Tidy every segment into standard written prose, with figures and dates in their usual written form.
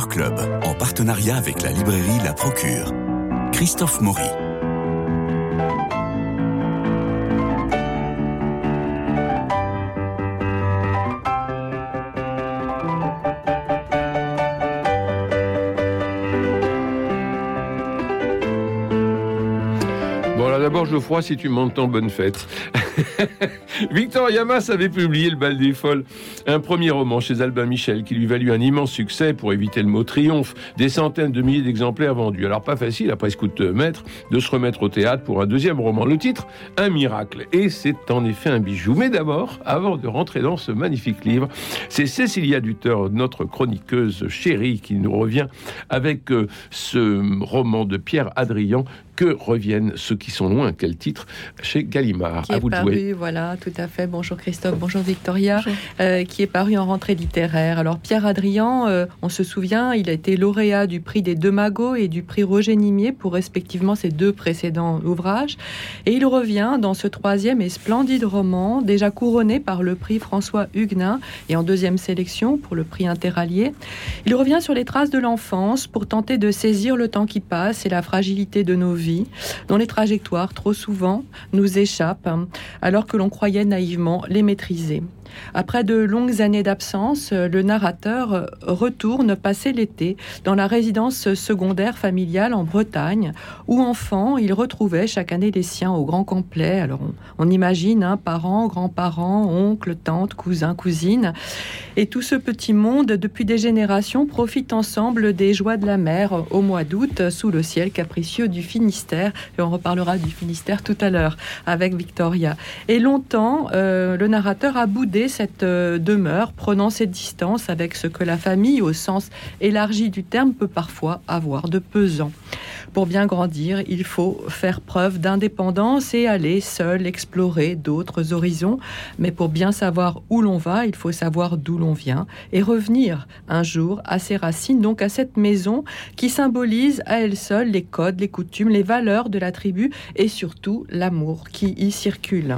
Club, en partenariat avec la librairie La Procure. Christophe Maury. Bon, alors d'abord, Geoffroy, si tu m'entends, bonne fête. Victor Yamas avait publié Le Bal des Folles, un premier roman chez Albin Michel qui lui valut un immense succès, pour éviter le mot triomphe, des centaines de milliers d'exemplaires vendus. Alors pas facile, après ce coup de maître, de se remettre au théâtre pour un deuxième roman. Le titre, Un miracle. Et c'est en effet un bijou. Mais d'abord, avant de rentrer dans ce magnifique livre, c'est Cécilia Duteur, notre chroniqueuse chérie, qui nous revient avec ce roman de Pierre Hadrian, Que reviennent ceux qui sont loin. Quel titre, chez Gallimard. Qui est paru, voilà, tout à fait. Bonjour Christophe, bonjour Victoria. Qui est paru en rentrée littéraire. Alors Pierre Hadrian, on se souvient, il a été lauréat du prix des Deux Magots et du prix Roger Nimier pour respectivement ses deux précédents ouvrages. Et il revient dans ce troisième et splendide roman, déjà couronné par le prix François Huguenin et en deuxième sélection pour le prix Interallié. Il revient sur les traces de l'enfance pour tenter de saisir le temps qui passe et la fragilité de nos vies, dont les trajectoires, trop souvent, nous échappent, alors que l'on croyait naïvement les maîtriser. Après de longues années d'absence, le narrateur retourne passer l'été dans la résidence secondaire familiale en Bretagne, où enfant, il retrouvait chaque année les siens au grand complet. Alors on imagine parents, grands-parents, oncles, tantes, cousins, cousines. Et tout ce petit monde, depuis des générations, profite ensemble des joies de la mer au mois d'août, sous le ciel capricieux du Finistère. Et on reparlera du Finistère tout à l'heure avec Victoria. Et longtemps, le narrateur a boudé cette demeure, prenant ses distances avec ce que la famille, au sens élargi du terme, peut parfois avoir de pesant. Pour bien grandir, il faut faire preuve d'indépendance et aller seul explorer d'autres horizons. Mais pour bien savoir où l'on va, il faut savoir d'où l'on vient et revenir un jour à ses racines, donc à cette maison qui symbolise à elle seule les codes, les coutumes, les valeurs de la tribu et surtout l'amour qui y circule.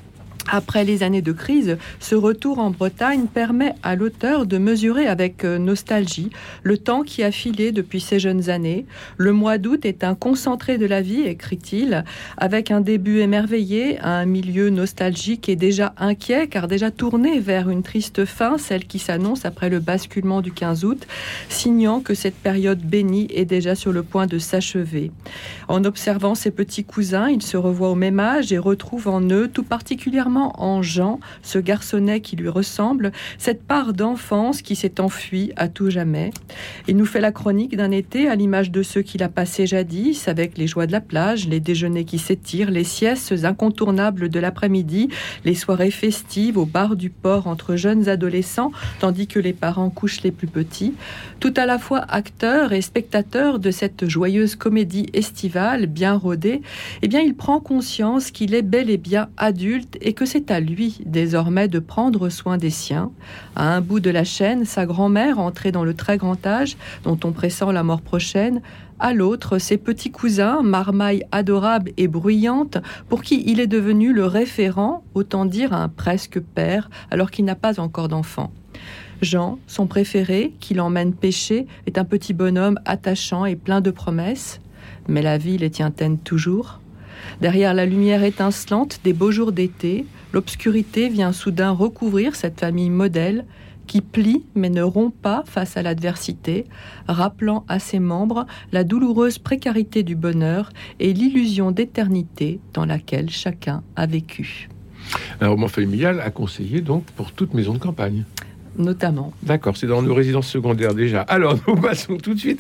Après les années de crise, ce retour en Bretagne permet à l'auteur de mesurer avec nostalgie le temps qui a filé depuis ces jeunes années. Le mois d'août est un concentré de la vie, écrit-il, avec un début émerveillé, un milieu nostalgique et déjà inquiet, car déjà tourné vers une triste fin, celle qui s'annonce après le basculement du 15 août, signant que cette période bénie est déjà sur le point de s'achever. En observant ses petits cousins, il se revoit au même âge et retrouve en eux, tout particulièrement en Jean, ce garçonnet qui lui ressemble, cette part d'enfance qui s'est enfuie à tout jamais. Il nous fait la chronique d'un été à l'image de ceux qu'il a passé jadis, avec les joies de la plage, les déjeuners qui s'étirent, les siestes incontournables de l'après-midi, les soirées festives au bar du port entre jeunes adolescents, tandis que les parents couchent les plus petits. Tout à la fois acteur et spectateur de cette joyeuse comédie estivale, bien rodée, eh bien il prend conscience qu'il est bel et bien adulte et que c'est à lui désormais de prendre soin des siens. À un bout de la chaîne, sa grand-mère entrée dans le très grand âge, dont on pressent la mort prochaine. À l'autre, ses petits cousins, marmailles adorables et bruyantes, pour qui il est devenu le référent, autant dire un presque père, alors qu'il n'a pas encore d'enfant. Jean, son préféré, qui l'emmène pêcher, est un petit bonhomme attachant et plein de promesses. Mais la vie les tient-elle toujours ? Derrière la lumière étincelante des beaux jours d'été, l'obscurité vient soudain recouvrir cette famille modèle qui plie mais ne rompt pas face à l'adversité, rappelant à ses membres la douloureuse précarité du bonheur et l'illusion d'éternité dans laquelle chacun a vécu. Un roman familial à conseiller donc pour toute maison de campagne. Notamment. D'accord, c'est dans nos résidences secondaires déjà. Alors, nous passons tout de suite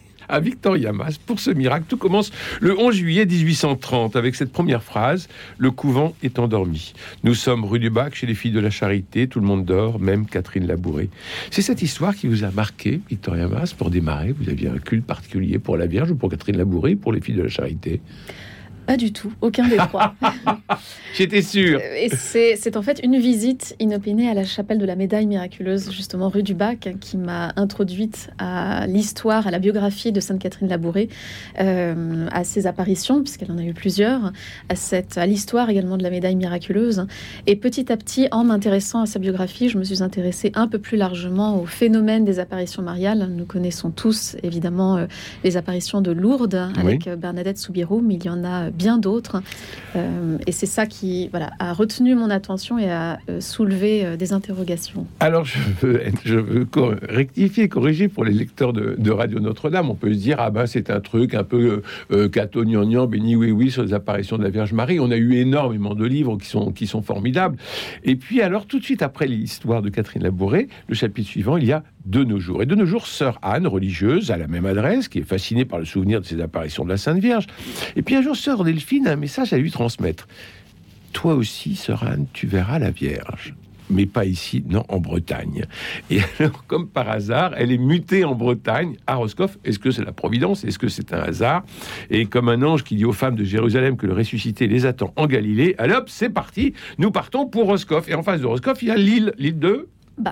à Victor Yamas pour ce miracle. Tout commence le 11 juillet 1830 avec cette première phrase: le couvent est endormi. Nous sommes rue du Bac chez les filles de la Charité, tout le monde dort, même Catherine Labouré. C'est cette histoire qui vous a marqué, Victor Yamas, pour démarrer. Vous aviez un culte particulier pour la Vierge ou pour Catherine Labouré, pour les filles de la Charité? Pas du tout, aucun des trois. J'étais sûr. Et c'est en fait une visite inopinée à la chapelle de la Médaille miraculeuse, justement rue du Bac, qui m'a introduite à l'histoire, à la biographie de Sainte Catherine Labouré, à ses apparitions, puisqu'elle en a eu plusieurs, à l'histoire également de la Médaille miraculeuse. Et petit à petit, en m'intéressant à sa biographie, je me suis intéressée un peu plus largement au phénomène des apparitions mariales. Nous connaissons tous, évidemment, les apparitions de Lourdes avec Bernadette Soubirous, mais il y en a bien d'autres. Et c'est ça qui a retenu mon attention et a soulevé des interrogations. Alors, je veux rectifier, corriger pour les lecteurs de Radio Notre-Dame. On peut se dire, c'est un truc un peu cato-gnangnan, béni oui sur les apparitions de la Vierge Marie. On a eu énormément de livres qui sont formidables. Et puis, alors, tout de suite après l'histoire de Catherine Labouré, le chapitre suivant, il y a De nos jours. Et de nos jours, sœur Anne, religieuse, à la même adresse, qui est fascinée par le souvenir de ces apparitions de la Sainte Vierge. Et puis un jour, sœur Delphine a un message à lui transmettre. Toi aussi, sœur Anne, tu verras la Vierge. Mais pas ici, non, en Bretagne. Et alors, comme par hasard, elle est mutée en Bretagne, à Roscoff. Est-ce que c'est la Providence? Est-ce que c'est un hasard? Et comme un ange qui dit aux femmes de Jérusalem que le ressuscité les attend en Galilée, allez hop, c'est parti, nous partons pour Roscoff. Et en face de Roscoff, il y a l'île de... Bah.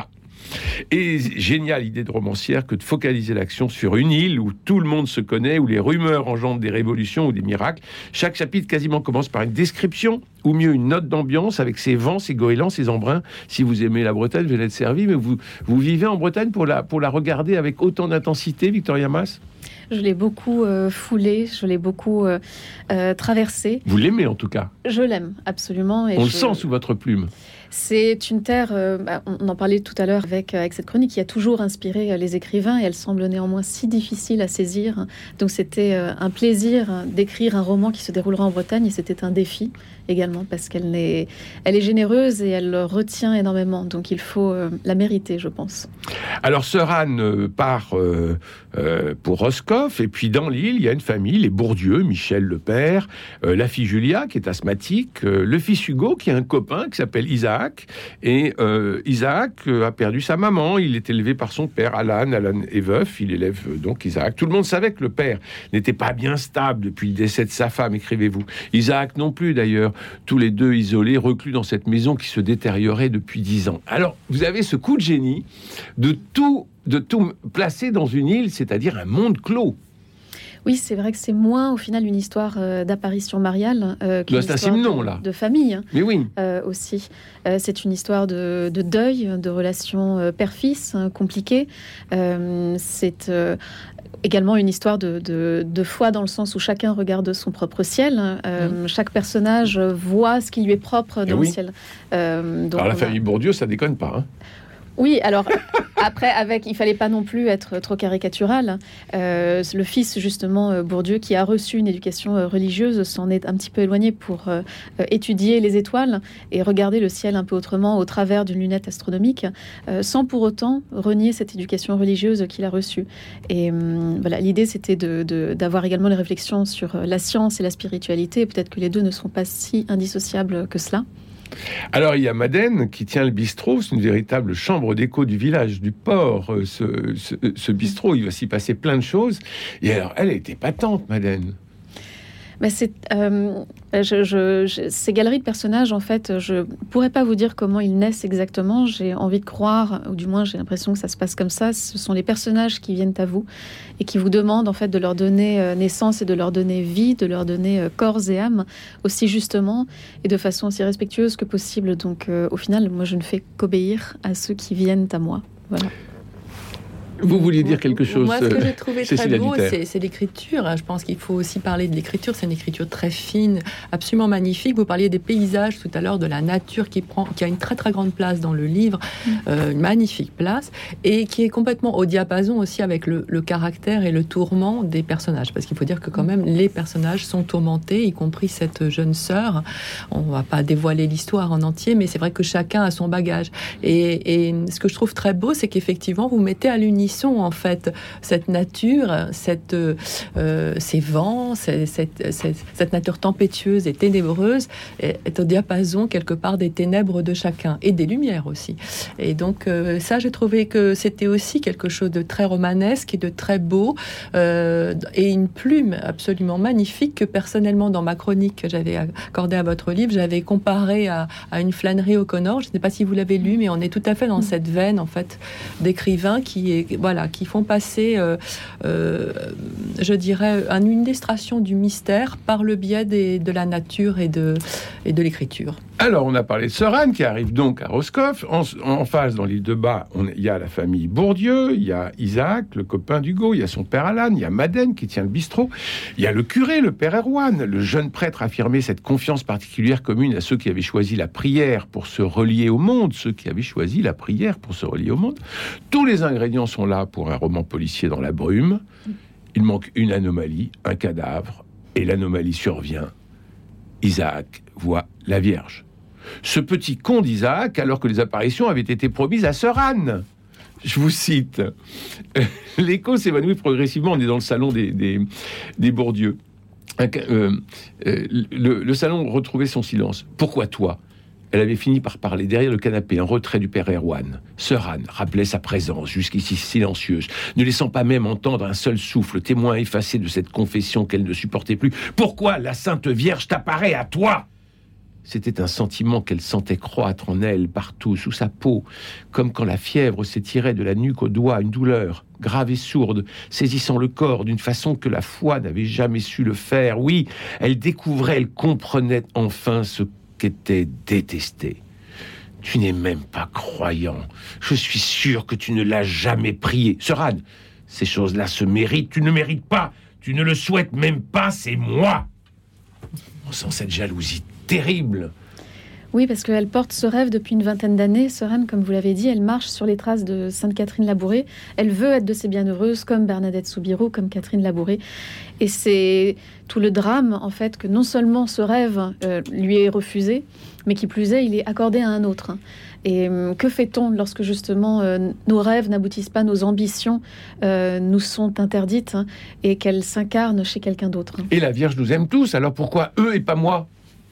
Et géniale idée de romancière que de focaliser l'action sur une île où tout le monde se connaît, où les rumeurs engendrent des révolutions ou des miracles. Chaque chapitre quasiment commence par une description, ou mieux une note d'ambiance avec ses vents, ses goélands, ses embruns. Si vous aimez la Bretagne, vous allez être servi, mais vous vivez en Bretagne pour la regarder avec autant d'intensité, Victoria Mas? Je l'ai beaucoup foulée, je l'ai beaucoup traversée. Vous l'aimez en tout cas? Je l'aime, absolument. Et on le sent sous votre plume. C'est une terre, on en parlait tout à l'heure avec cette chronique, qui a toujours inspiré les écrivains et elle semble néanmoins si difficile à saisir. Donc c'était un plaisir d'écrire un roman qui se déroulera en Bretagne et c'était un défi également parce qu'elle est généreuse et elle retient énormément. Donc il faut la mériter, je pense. Alors sœur Anne part pour Roscoff et puis dans l'île, il y a une famille, les Bourdieu, Michel le père, la fille Julia qui est asthmatique, le fils Hugo qui a un copain qui s'appelle Isaac. Et Isaac a perdu sa maman, il est élevé par son père, Alan est veuf, il élève donc Isaac. Tout le monde savait que le père n'était pas bien stable depuis le décès de sa femme, écrivez-vous. Isaac non plus d'ailleurs, tous les deux isolés, reclus dans cette maison qui se détériorait depuis 10 ans. Alors, vous avez ce coup de génie de tout placer dans une île, c'est-à-dire un monde clos. Oui, c'est vrai que c'est moins, au final, une histoire d'apparition mariale qu'une histoire de famille. Mais oui. Aussi. C'est une histoire de deuil, de relations père-fils compliquées. C'est également une histoire de foi dans le sens où chacun regarde son propre ciel. Chaque personnage voit ce qui lui est propre dans le ciel. Donc, alors la famille Bourdieu, ça déconne pas, hein. Oui, alors après, il fallait pas non plus être trop caricatural. Le fils, justement, Bourdieu, qui a reçu une éducation religieuse, s'en est un petit peu éloigné pour étudier les étoiles et regarder le ciel un peu autrement au travers d'une lunette astronomique, sans pour autant renier cette éducation religieuse qu'il a reçue. Et voilà, l'idée, c'était d'avoir également les réflexions sur la science et la spiritualité. Et peut-être que les deux ne seront pas si indissociables que cela. Alors, il y a Madeleine qui tient le bistrot. C'est une véritable chambre d'écho du village, du port. Ce bistrot, il va s'y passer plein de choses. Et alors, elle était patente, Madeleine. Ces galeries de personnages, en fait, je pourrais pas vous dire comment ils naissent exactement. J'ai envie de croire, ou du moins j'ai l'impression que ça se passe comme ça. Ce sont les personnages qui viennent à vous et qui vous demandent en fait de leur donner naissance et de leur donner vie, de leur donner corps et âme aussi justement et de façon aussi respectueuse que possible. Donc, au final, moi, je ne fais qu'obéir à ceux qui viennent à moi. Voilà. Vous vouliez dire quelque chose? Moi, ce que j'ai trouvé très beau, Duterre. c'est l'écriture. Je pense qu'il faut aussi parler de l'écriture. C'est une écriture très fine, absolument magnifique. Vous parliez des paysages tout à l'heure, de la nature qui a une très très grande place dans le livre, une magnifique place, et qui est complètement au diapason aussi avec le caractère et le tourment des personnages. Parce qu'il faut dire que quand même, les personnages sont tourmentés, y compris cette jeune sœur. On ne va pas dévoiler l'histoire en entier, mais c'est vrai que chacun a son bagage. Et ce que je trouve très beau, c'est qu'effectivement, vous mettez à l'unisson unissons en fait cette nature, ces vents, cette nature tempétueuse et ténébreuse est au diapason quelque part des ténèbres de chacun et des lumières aussi. Et donc ça, j'ai trouvé que c'était aussi quelque chose de très romanesque et de très beau, et une plume absolument magnifique que personnellement dans ma chronique que j'avais accordée à votre livre, j'avais comparé à une Flannery O'Connor. Je ne sais pas si vous l'avez lu, mais on est tout à fait dans cette veine en fait d'écrivains qui font passer, je dirais, une illustration du mystère par le biais de la nature et de l'écriture. Alors, on a parlé de Sœur Anne qui arrive donc à Roscoff. En face, dans l'île de Bas, il y a la famille Bourdieu, il y a Isaac, le copain d'Hugo, il y a son père Alan, il y a Madeleine qui tient le bistrot, il y a le curé, le père Erwan. Le jeune prêtre affirmait cette confiance particulière commune à ceux qui avaient choisi la prière pour se relier au monde. Tous les ingrédients sont là pour un roman policier dans la brume. Il manque une anomalie, un cadavre, et l'anomalie survient. Isaac voit la Vierge. Ce petit con d'Isaac, alors que les apparitions avaient été promises à Sœur Anne. Je vous cite. L'écho s'évanouit progressivement. On est dans le salon des Bourdieu. Le salon retrouvait son silence. Pourquoi toi ? Elle avait fini par parler derrière le canapé, un retrait du père Erwan. Sœur Anne rappelait sa présence, jusqu'ici silencieuse, ne laissant pas même entendre un seul souffle, témoin effacé de cette confession qu'elle ne supportait plus. Pourquoi la Sainte Vierge t'apparaît à toi ? C'était un sentiment qu'elle sentait croître en elle, partout, sous sa peau, comme quand la fièvre s'étirait de la nuque au doigt, une douleur, grave et sourde, saisissant le corps d'une façon que la foi n'avait jamais su le faire. Oui, elle découvrait, elle comprenait enfin ce qu'était détesté. Tu n'es même pas croyant. Je suis sûr que tu ne l'as jamais prié. Sœur Anne, ces choses-là se méritent. Tu ne mérites pas. Tu ne le souhaites même pas. C'est moi. On sent cette jalousie terrible. Oui, parce qu'elle porte ce rêve depuis une vingtaine d'années. Sœur Anne, comme vous l'avez dit, elle marche sur les traces de Sainte Catherine Labouré. Elle veut être de ces bienheureuses, comme Bernadette Soubirous, comme Catherine Labouré. Et c'est tout le drame, en fait, que non seulement ce rêve lui est refusé, mais qui plus est, il est accordé à un autre. Et que fait-on lorsque, justement, nos rêves n'aboutissent pas, nos ambitions nous sont interdites, et qu'elles s'incarnent chez quelqu'un d'autre. Et la Vierge nous aime tous, alors pourquoi eux et pas moi ?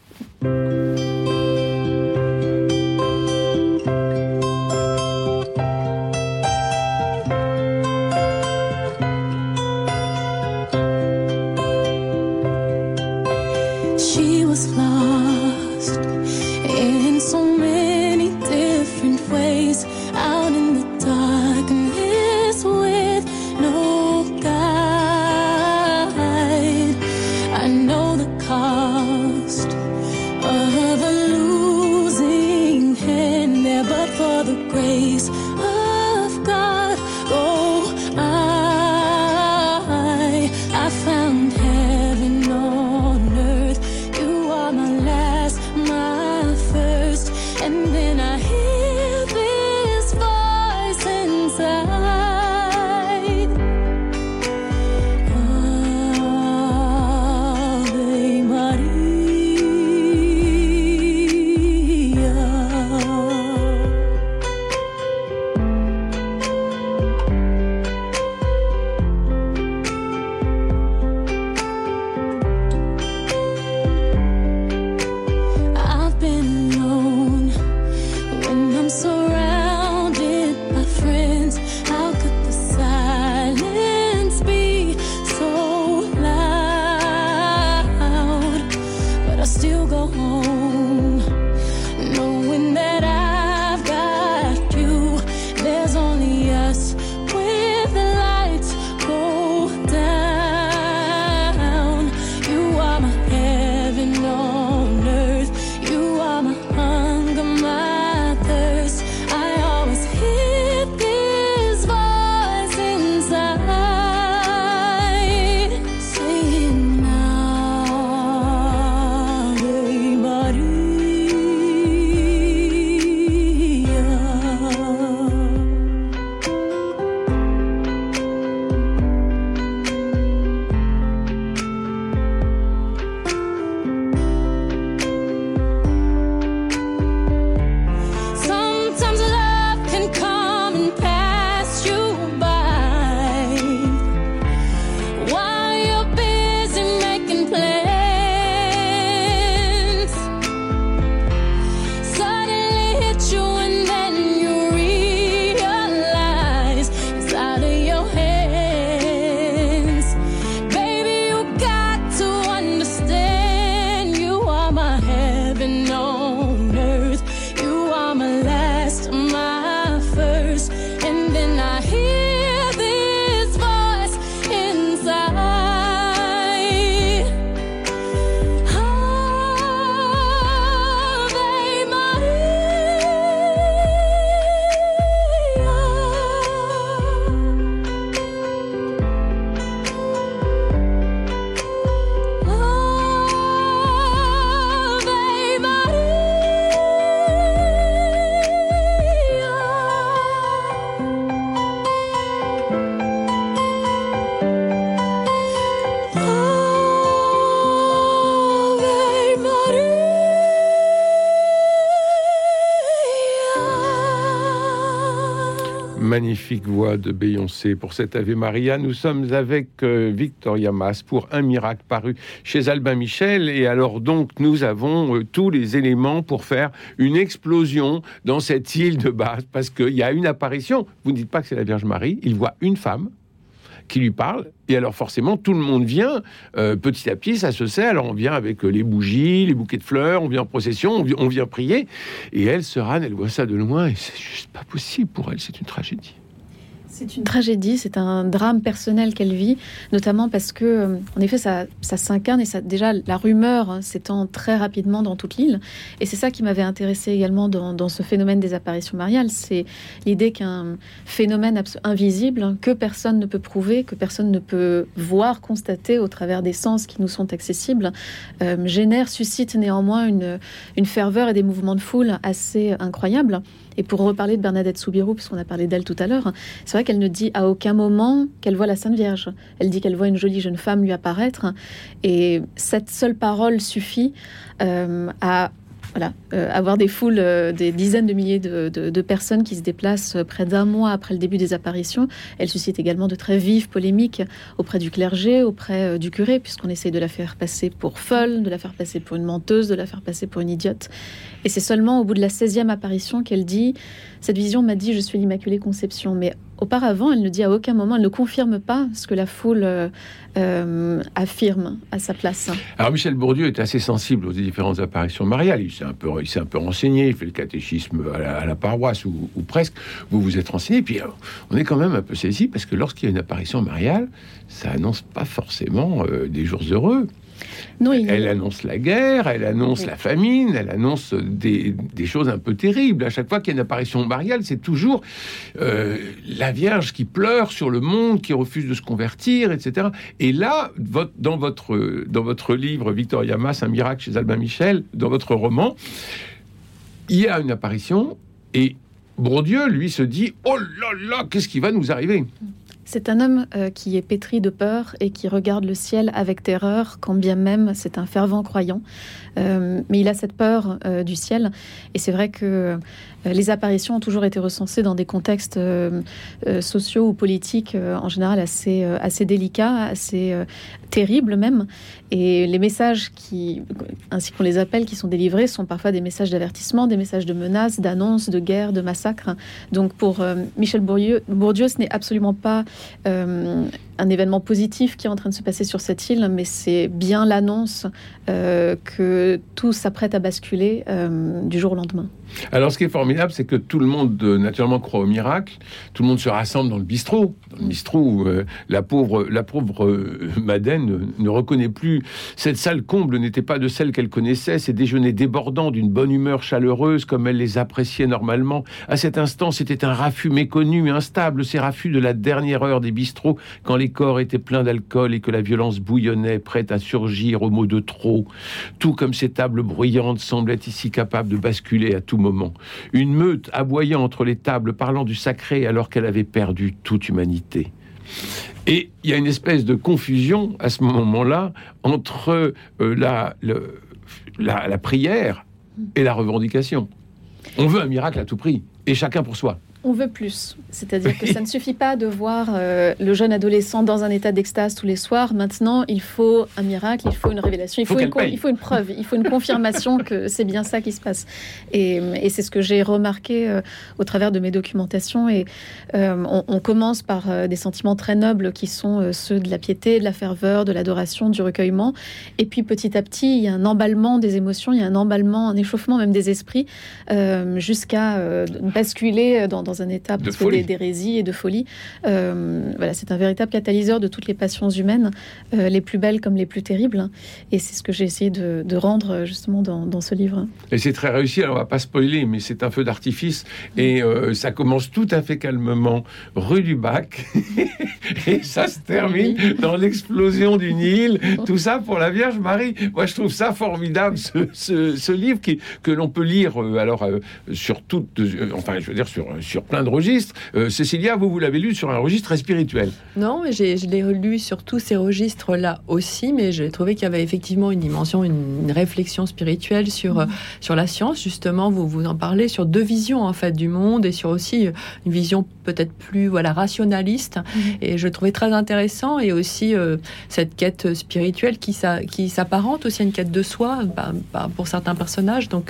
She was lost in so many different ways, out in the darkness with no guide. I know the cost of a losing hand there, but for the grace of God, oh, I found heaven on earth. You are my last, my first, and then I hear this voice inside. Ave Maria. I've been alone when I'm surrounded by friends. How could the silence be so loud? But I still go home, knowing that I've got you. There's only us when the lights go down. You are my heaven on earth. You are my hunger, my thirst. I always hear this voice inside saying, Ave Maria. Magnifique voix de Beyoncé pour cet Ave Maria. Nous sommes avec Victoria Mas pour Un miracle paru chez Albin Michel. Et alors donc, nous avons tous les éléments pour faire une explosion dans cette île de Bath. Parce qu'il y a une apparition. Vous ne dites pas que c'est la Vierge Marie. Il voit une femme qui lui parle. Et alors forcément, tout le monde vient petit à petit, ça se sait. Alors on vient avec les bougies, les bouquets de fleurs, on vient en procession, on vient prier. Et elle, sœur Anne, elle voit ça de loin et c'est juste pas possible pour elle, c'est une tragédie. C'est une tragédie, c'est un drame personnel qu'elle vit, notamment parce que, en effet, ça s'incarne et déjà la rumeur s'étend très rapidement dans toute l'île. Et c'est ça qui m'avait intéressée également dans ce phénomène des apparitions mariales, c'est l'idée qu'un phénomène invisible que personne ne peut prouver, que personne ne peut voir, constater au travers des sens qui nous sont accessibles, suscite néanmoins une ferveur et des mouvements de foule assez incroyables. Et pour reparler de Bernadette Soubirous, puisqu'on a parlé d'elle tout à l'heure, c'est vrai qu'elle ne dit à aucun moment qu'elle voit la Sainte Vierge. Elle dit qu'elle voit une jolie jeune femme lui apparaître. Et cette seule parole suffit à avoir des foules, des dizaines de milliers de personnes qui se déplacent près d'un mois après le début des apparitions. Elle suscite également de très vives polémiques auprès du clergé, auprès du curé, puisqu'on essaye de la faire passer pour folle, de la faire passer pour une menteuse, de la faire passer pour une idiote. Et c'est seulement au bout de la 16e apparition qu'elle dit « Cette vision m'a dit, je suis l'Immaculée Conception ». Mais auparavant, elle ne dit à aucun moment, elle ne confirme pas ce que la foule affirme à sa place. Alors Michel Bourdieu est assez sensible aux différentes apparitions mariales. Il s'est un peu renseigné, il fait le catéchisme à la paroisse ou presque. Vous êtes renseigné, puis on est quand même un peu saisi parce que lorsqu'il y a une apparition mariale, ça annonce pas forcément des jours heureux. Non, elle annonce la guerre, elle annonce la famine, elle annonce des choses un peu terribles. À chaque fois qu'il y a une apparition mariale, c'est toujours la Vierge qui pleure sur le monde, qui refuse de se convertir, etc. Et là, dans votre livre, Victoria Mas, Un miracle chez Albin Michel, dans votre roman, il y a une apparition et Bourdieu, lui, se dit « Oh là là, qu'est-ce qui va nous arriver ?» C'est un homme qui est pétri de peur et qui regarde le ciel avec terreur, quand bien même c'est un fervent croyant. Mais il a cette peur du ciel. Et c'est vrai que les apparitions ont toujours été recensées dans des contextes sociaux ou politiques en général assez délicats, assez terribles même. Et les messages ainsi qu'on les appelle, qui sont délivrés, sont parfois des messages d'avertissement, des messages de menaces, d'annonces, de guerre, de massacres. Donc pour Michel Bourdieu, ce n'est absolument pas un événement positif qui est en train de se passer sur cette île, mais c'est bien l'annonce que tout s'apprête à basculer du jour au lendemain. Alors, ce qui est formidable, c'est que tout le monde, naturellement, croit au miracle. Tout le monde se rassemble dans le bistrot. Dans le bistrot où la pauvre Madeleine ne reconnaît plus. Cette salle comble n'était pas de celle qu'elle connaissait. Ces déjeuners débordants d'une bonne humeur chaleureuse, comme elle les appréciait normalement. À cet instant, c'était un raffut méconnu et instable. Ces raffûts de la dernière heure des bistrots, quand les corps étaient pleins d'alcool et que la violence bouillonnait, prête à surgir au mot de trop. Tout comme ces tables bruyantes semblaient ici capables de basculer à tout moment. Une meute aboyant entre les tables, parlant du sacré alors qu'elle avait perdu toute humanité. Et il y a une espèce de confusion à ce moment-là entre la prière et la revendication. On veut un miracle à tout prix, et chacun pour soi. On veut plus. C'est-à-dire que ça ne suffit pas de voir le jeune adolescent dans un état d'extase tous les soirs. Maintenant, il faut un miracle, il faut une révélation, il faut une preuve, il faut une confirmation que c'est bien ça qui se passe. Et c'est ce que j'ai remarqué au travers de mes documentations. Et on commence par des sentiments très nobles qui sont ceux de la piété, de la ferveur, de l'adoration, du recueillement. Et puis petit à petit, il y a un emballement des émotions, il y a un emballement, un échauffement même des esprits, jusqu'à basculer dans un état d'hérésie et de folie. Voilà, c'est un véritable catalyseur de toutes les passions humaines, les plus belles comme les plus terribles. Et c'est ce que j'ai essayé de rendre justement dans ce livre. Et c'est très réussi. Alors on va pas spoiler, mais c'est un feu d'artifice. Et ça commence tout à fait calmement rue du Bac. Et ça se termine dans l'explosion d'une île. Tout ça pour la Vierge Marie. Moi, je trouve ça formidable, ce livre que l'on peut lire sur toute... enfin, je veux dire, sur plein de registres. Cécilia, vous l'avez lu sur un registre très spirituel. Non, mais je l'ai lu sur tous ces registres-là aussi, mais j'ai trouvé qu'il y avait effectivement une dimension, une réflexion spirituelle sur la science. Justement, vous en parlez, sur deux visions en fait du monde et sur aussi une vision peut-être plus rationaliste. Et je le trouvais très intéressant, et aussi cette quête spirituelle qui s'apparente aussi à une quête de soi pour certains personnages. Donc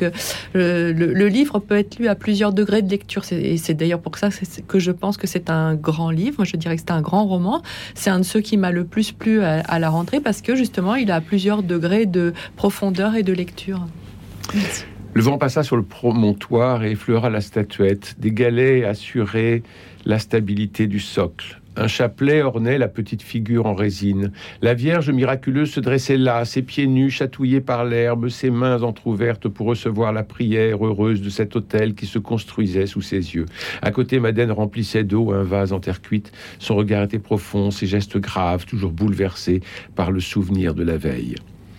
le livre peut être lu à plusieurs degrés de lecture, et c'est d'ailleurs pour ça que je pense que c'est un grand livre. Moi, je dirais que c'est un grand roman. C'est un de ceux qui m'a le plus plu à la rentrée, parce que justement il a plusieurs degrés de profondeur et de lecture. Merci. Le vent passa sur le promontoire et effleura la statuette. Des galets assuraient la stabilité du socle. Un chapelet ornait la petite figure en résine. La Vierge miraculeuse se dressait là, ses pieds nus, chatouillés par l'herbe, ses mains entr'ouvertes pour recevoir la prière heureuse de cet autel qui se construisait sous ses yeux. À côté, Madeleine remplissait d'eau un vase en terre cuite. Son regard était profond, ses gestes graves, toujours bouleversés par le souvenir de la veille.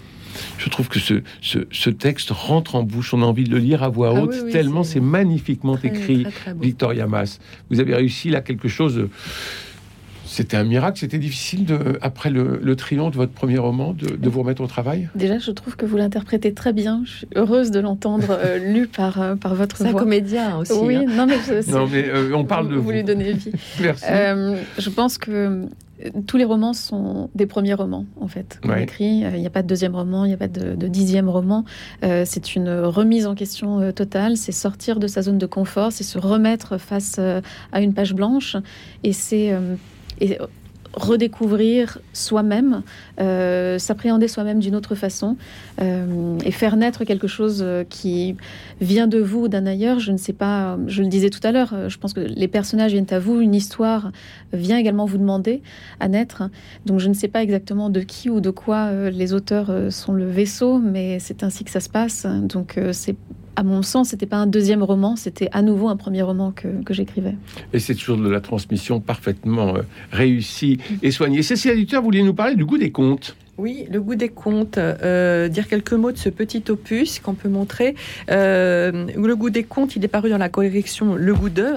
Je trouve que ce texte rentre en bouche, on a envie de le lire à voix haute, tellement c'est magnifiquement écrit. Très Victoria Mass, vous avez réussi là quelque chose... C'était un miracle, c'était difficile, après le triomphe de votre premier roman, de vous remettre au travail? Déjà, je trouve que vous l'interprétez très bien. Je suis heureuse de l'entendre lu par votre voix. C'est un comédien aussi. Oui, hein. non, mais on parle de vous. Vous lui donnez vie. Merci. Je pense que tous les romans sont des premiers romans, en fait. On écrit, il n'y a pas de deuxième roman, il n'y a pas de 10e roman. C'est une remise en question totale, c'est sortir de sa zone de confort, c'est se remettre face à une page blanche, et c'est... et redécouvrir soi-même, s'appréhender soi-même d'une autre façon, et faire naître quelque chose qui vient de vous ou d'un ailleurs. Je ne sais pas, je le disais tout à l'heure, je pense que les personnages viennent à vous, une histoire vient également vous demander à naître. Donc je ne sais pas exactement de qui ou de quoi les auteurs sont le vaisseau, mais c'est ainsi que ça se passe. Donc c'est... À mon sens, c'était pas un deuxième roman, c'était à nouveau un premier roman que j'écrivais. Et c'est toujours de la transmission parfaitement réussie et soignée. Cécilia Duterre, vous vouliez nous parler du goût des contes. Oui, le goût des contes. Dire quelques mots de ce petit opus qu'on peut montrer. Le goût des contes, il est paru dans la collection Le Goût d'eux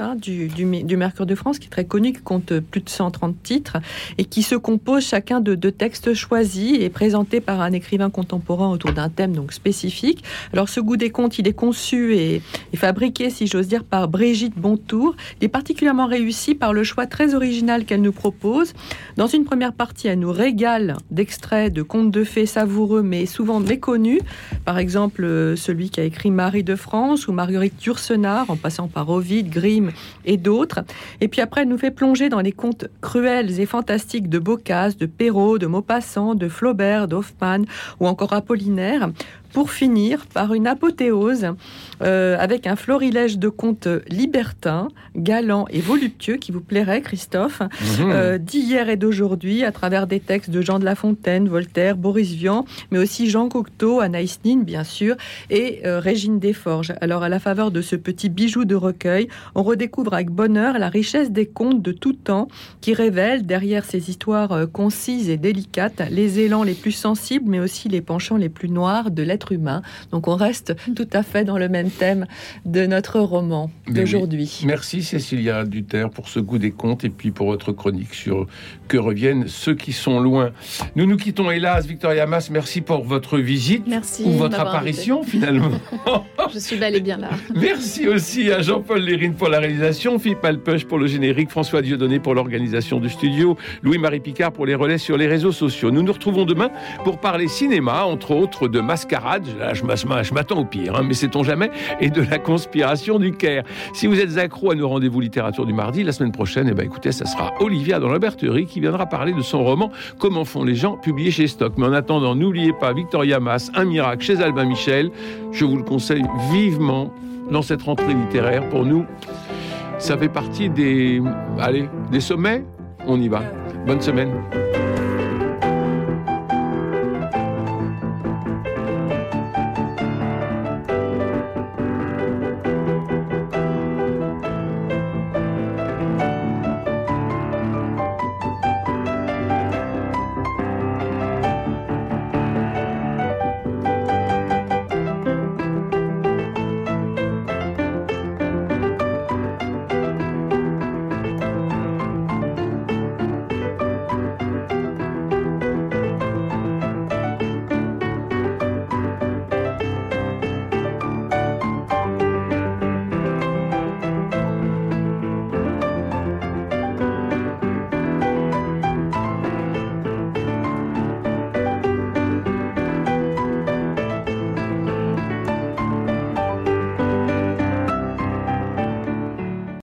du Mercure de France, qui est très connu, qui compte plus de 130 titres et qui se compose chacun de textes choisis et présentés par un écrivain contemporain autour d'un thème donc spécifique. Alors ce goût des contes, il est conçu et fabriqué, si j'ose dire, par Brigitte Bontour. Il est particulièrement réussi par le choix très original qu'elle nous propose. Dans une première partie, elle nous régale d'extraits de contes de fées savoureux mais souvent méconnus, par exemple celui qui a écrit Marie de France ou Marguerite Yourcenar, en passant par Ovide, Grimm et d'autres. Et puis après, elle nous fait plonger dans les contes cruels et fantastiques de Boccace, de Perrault, de Maupassant, de Flaubert, d'Hoffmann ou encore Apollinaire, pour finir par une apothéose avec un florilège de contes libertins, galants et voluptueux qui vous plairait, Christophe, d'hier et d'aujourd'hui, à travers des textes de Jean de La Fontaine, Voltaire, Boris Vian, mais aussi Jean Cocteau, Anaïs Nin, bien sûr, et Régine Desforges. Alors, à la faveur de ce petit bijou de recueil, on redécouvre avec bonheur la richesse des contes de tout temps qui révèlent, derrière ces histoires concises et délicates, les élans les plus sensibles, mais aussi les penchants les plus noirs de l'être humain. Donc on reste tout à fait dans le même thème de notre roman d'aujourd'hui. Oui. Merci Cécilia Duterre pour ce goût des contes et puis pour votre chronique sur Que reviennent ceux qui sont loin. Nous nous quittons hélas. Victoria Mass, merci pour votre visite. Merci ou votre apparition invité. Finalement. Je suis bel et bien là. Merci aussi à Jean-Paul Lérine pour la réalisation, Philippe Malpeuch pour le générique, François Dieudonné pour l'organisation du studio, Louis-Marie Picard pour les relais sur les réseaux sociaux. Nous nous retrouvons demain pour parler cinéma, entre autres de Mascarade. Là, je m'attends au pire, mais sait-on jamais, et de la conspiration du Caire. Si vous êtes accro à nos rendez-vous littérature du mardi, la semaine prochaine, écoutez, ça sera Olivia dans l'Auberterie qui viendra parler de son roman Comment font les gens, publié chez Stock. Mais en attendant, n'oubliez pas Victoria Mass, Un miracle chez Albin Michel. Je vous le conseille vivement dans cette rentrée littéraire. Pour nous, ça fait partie des sommets. On y va. Bonne semaine.